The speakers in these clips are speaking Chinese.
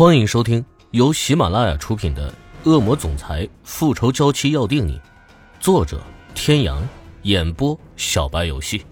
欢迎收听由喜马拉雅出品的《恶魔总裁复仇娇妻要定你》，作者天阳，演播小白游戏。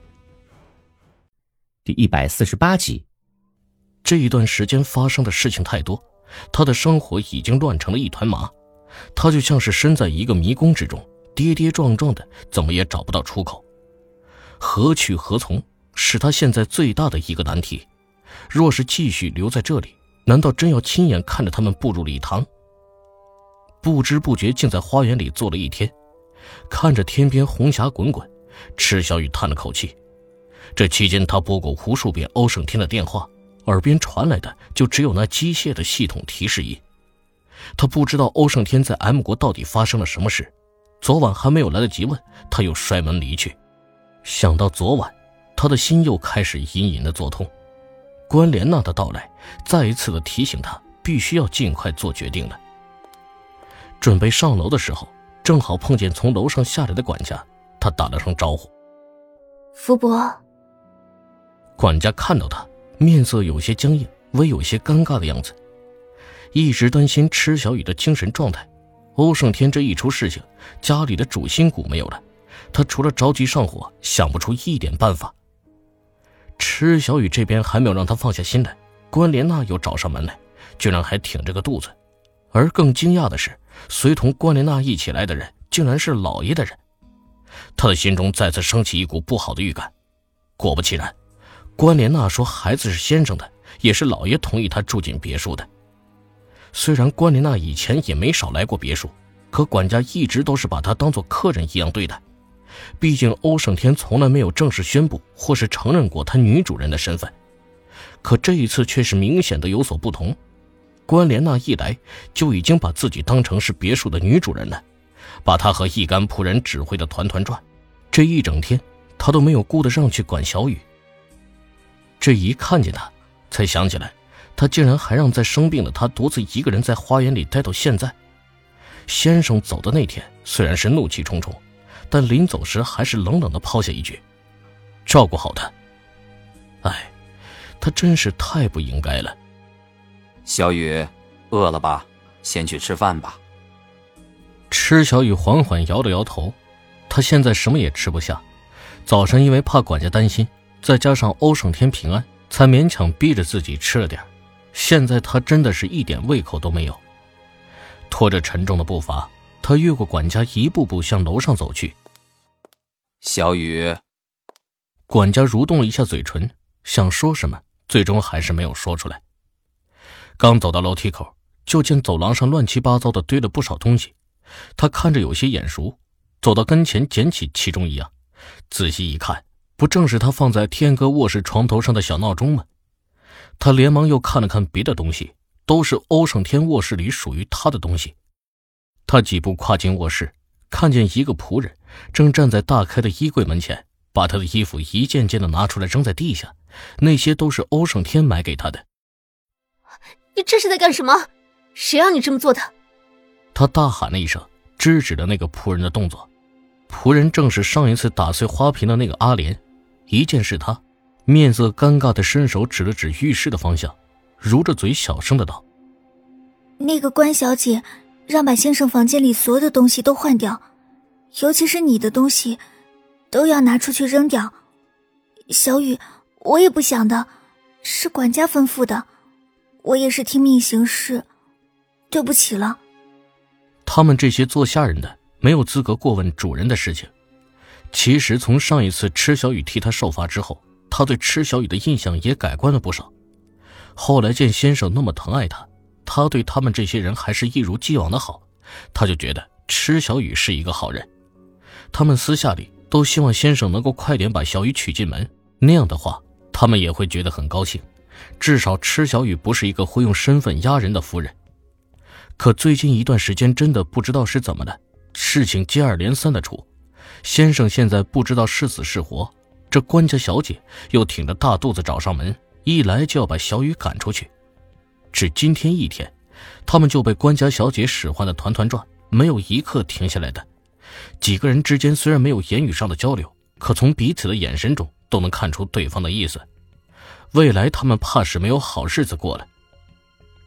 第148集。 这一段时间发生的事情太多，他的生活已经乱成了一团麻，他就像是身在一个迷宫之中，跌跌撞撞的，怎么也找不到出口。何去何从，是他现在最大的一个难题。若是继续留在这里，难道真要亲眼看着他们步入礼堂？不知不觉竟在花园里坐了一天，看着天边红霞滚滚，池小雨叹了口气。这期间他拨过无数遍欧胜天的电话，耳边传来的就只有那机械的系统提示音。他不知道欧胜天在 M 国到底发生了什么事，昨晚还没有来得及问，他又摔门离去。想到昨晚，他的心又开始隐隐的作痛。关莲娜的到来再一次的提醒他必须要尽快做决定了。准备上楼的时候，正好碰见从楼上下来的管家，他打了声招呼： 福伯。 管家看到他，面色有些僵硬，微有些尴尬的样子，一直担心池小雨的精神状态。欧胜天这一出事情，家里的主心骨没有了，他除了着急上火，想不出一点办法。池小雨这边还没有让他放下心来，关莲娜又找上门来，居然还挺着个肚子。而更惊讶的是，随同关莲娜一起来的人竟然是老爷的人。他的心中再次升起一股不好的预感。果不其然，关莲娜说孩子是先生的，也是老爷同意他住进别墅的。虽然关莲娜以前也没少来过别墅，可管家一直都是把她当作客人一样对待。毕竟欧胜天从来没有正式宣布或是承认过他女主人的身份，可这一次却是明显的有所不同。关莲娜一来就已经把自己当成是别墅的女主人了，把她和一干仆人指挥的团团转。这一整天她都没有顾得上去管小雨。这一看见她，才想起来她竟然还让在生病的她独自一个人在花园里待到现在。先生走的那天虽然是怒气冲冲，但临走时还是冷冷地抛下一句：照顾好他。哎，他真是太不应该了。 小雨，饿了吧？先去吃饭吧。 池小雨缓缓摇了摇头，他现在什么也吃不下。早上因为怕管家担心，再加上欧胜天平安，才勉强逼着自己吃了点。现在他真的是一点胃口都没有。拖着沉重的步伐，他越过管家，一步步向楼上走去。 小雨。 管家蠕动了一下嘴唇，想说什么，最终还是没有说出来。刚走到楼梯口，就见走廊上乱七八糟的堆了不少东西，他看着有些眼熟，走到跟前捡起其中一样，仔细一看，不正是他放在天哥卧室床头上的小闹钟吗？他连忙又看了看别的东西，都是欧胜天卧室里属于他的东西。他几步跨进卧室，看见一个仆人正站在大开的衣柜门前，把他的衣服一件件的拿出来扔在地下，那些都是欧胜天买给他的。 你这是在干什么？谁让你这么做的？ 他大喊了一声，制止了那个仆人的动作。仆人正是上一次打碎花瓶的那个阿莲，一见是他，面色尴尬的伸手指了指浴室的方向，如着嘴小声的道： 那个关小姐让把先生房间里所有的东西都换掉，尤其是你的东西都要拿出去扔掉。小雨，我也不想的，是管家吩咐的，我也是听命行事，对不起了。 他们这些做下人的没有资格过问主人的事情。其实从上一次池小雨替他受罚之后，他对池小雨的印象也改观了不少。后来见先生那么疼爱他，他对他们这些人还是一如既往的好，他就觉得池小雨是一个好人。他们私下里都希望先生能够快点把小雨娶进门，那样的话他们也会觉得很高兴，至少池小雨不是一个会用身份压人的夫人。可最近一段时间真的不知道是怎么了，事情接二连三的出，先生现在不知道是死是活，这关家小姐又挺着大肚子找上门，一来就要把小雨赶出去。只今天一天，他们就被关家小姐使唤的团团转，没有一刻停下来的。几个人之间虽然没有言语上的交流，可从彼此的眼神中都能看出对方的意思。未来他们怕是没有好日子过了。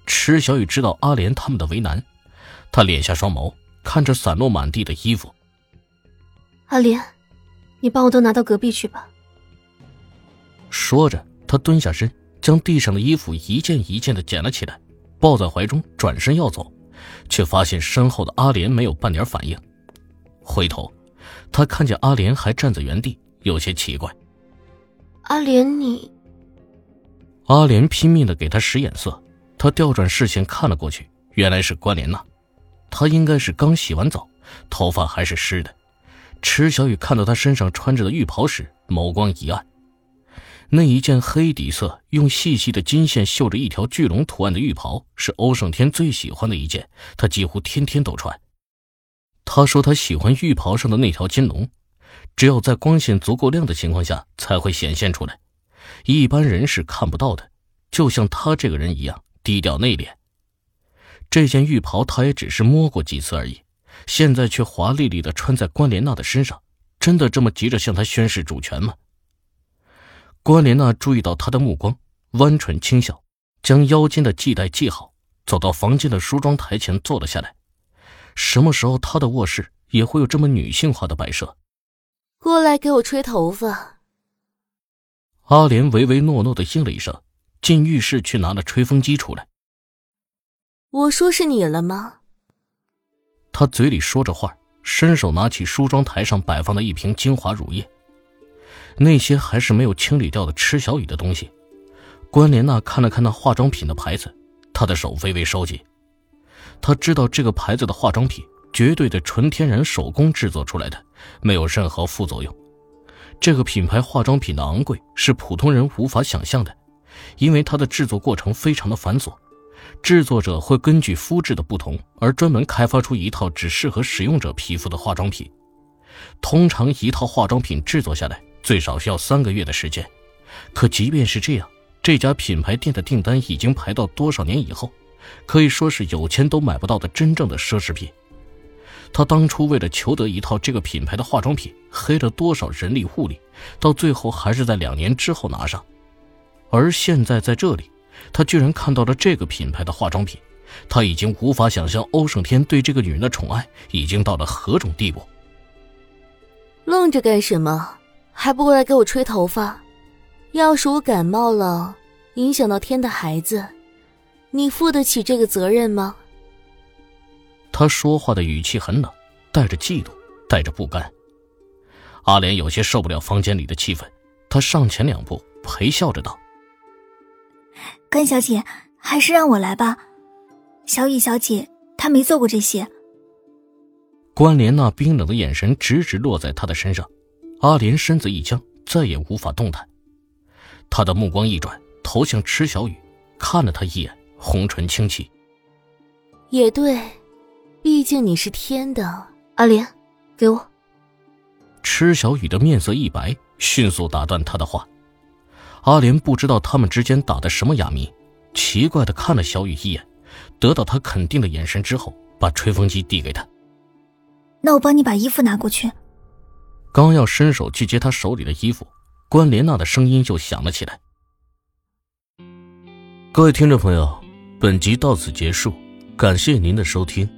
池小雨知道阿莲他们的为难，他敛下双眸，看着散落满地的衣服。 阿莲，你帮我都拿到隔壁去吧。 说着，他蹲下身，将地上的衣服一件一件的捡了起来，抱在怀中，转身要走，却发现身后的阿莲没有半点反应。回头，他看见阿莲还站在原地，有些奇怪。 阿莲，你…… 阿莲拼命的给他使眼色，他调转视线看了过去，原来是关莲娜。她应该是刚洗完澡，头发还是湿的。池小雨看到她身上穿着的浴袍时，眸光一暗。那一件黑底色用细细的金线绣着一条巨龙图案的浴袍，是欧胜天最喜欢的一件，他几乎天天都穿。他说他喜欢浴袍上的那条金龙，只有在光线足够亮的情况下才会显现出来，一般人是看不到的，就像他这个人一样低调内敛。这件浴袍他也只是摸过几次而已，现在却华丽丽地穿在关莲娜的身上，真的这么急着向她宣示主权吗？关莲娜注意到他的目光，弯唇轻笑，将腰间的系带系好，走到房间的梳妆台前坐了下来。什么时候他的卧室也会有这么女性化的摆设？ 过来给我吹头发。 阿莲唯唯诺诺地应了一声，进浴室去拿了吹风机出来。 我说是你了吗？ 他嘴里说着话，伸手拿起梳妆台上摆放的一瓶精华乳液。那些还是没有清理掉的池小雨的东西。关莲娜看了看那化妆品的牌子，她的手微微收紧。她知道这个牌子的化妆品绝对的纯天然手工制作出来的，没有任何副作用。这个品牌化妆品的昂贵是普通人无法想象的，因为它的制作过程非常的繁琐，制作者会根据肤质的不同而专门开发出一套只适合使用者皮肤的化妆品。通常一套化妆品制作下来最少需要3个月的时间，可即便是这样，这家品牌店的订单已经排到多少年以后，可以说是有钱都买不到的真正的奢侈品。他当初为了求得一套这个品牌的化妆品，黑了多少人力物力，到最后还是在2年之后拿上。而现在在这里，他居然看到了这个品牌的化妆品，他已经无法想象欧胜天对这个女人的宠爱已经到了何种地步。 愣着干什么？还不过来给我吹头发？要是我感冒了，影响到天的孩子，你负得起这个责任吗？ 他说话的语气很冷，带着嫉妒，带着不甘。阿莲有些受不了房间里的气氛，她上前2步，陪笑着道： 关小姐，还是让我来吧。小雨小姐她没做过这些。 关莲那冰冷的眼神直直落在他的身上，阿莲身子一僵，再也无法动弹。他的目光一转，投向池小雨，看了他一眼，红唇轻启。 也对，毕竟你是天的。阿莲，给我。 池小雨的面色一白，迅速打断他的话。阿莲不知道他们之间打的什么哑谜，奇怪地看了小雨一眼，得到他肯定的眼神之后，把吹风机递给他。 那我帮你把衣服拿过去。 刚要伸手去接他手里的衣服，关莲娜的声音就响了起来。各位听众朋友，本集到此结束，感谢您的收听。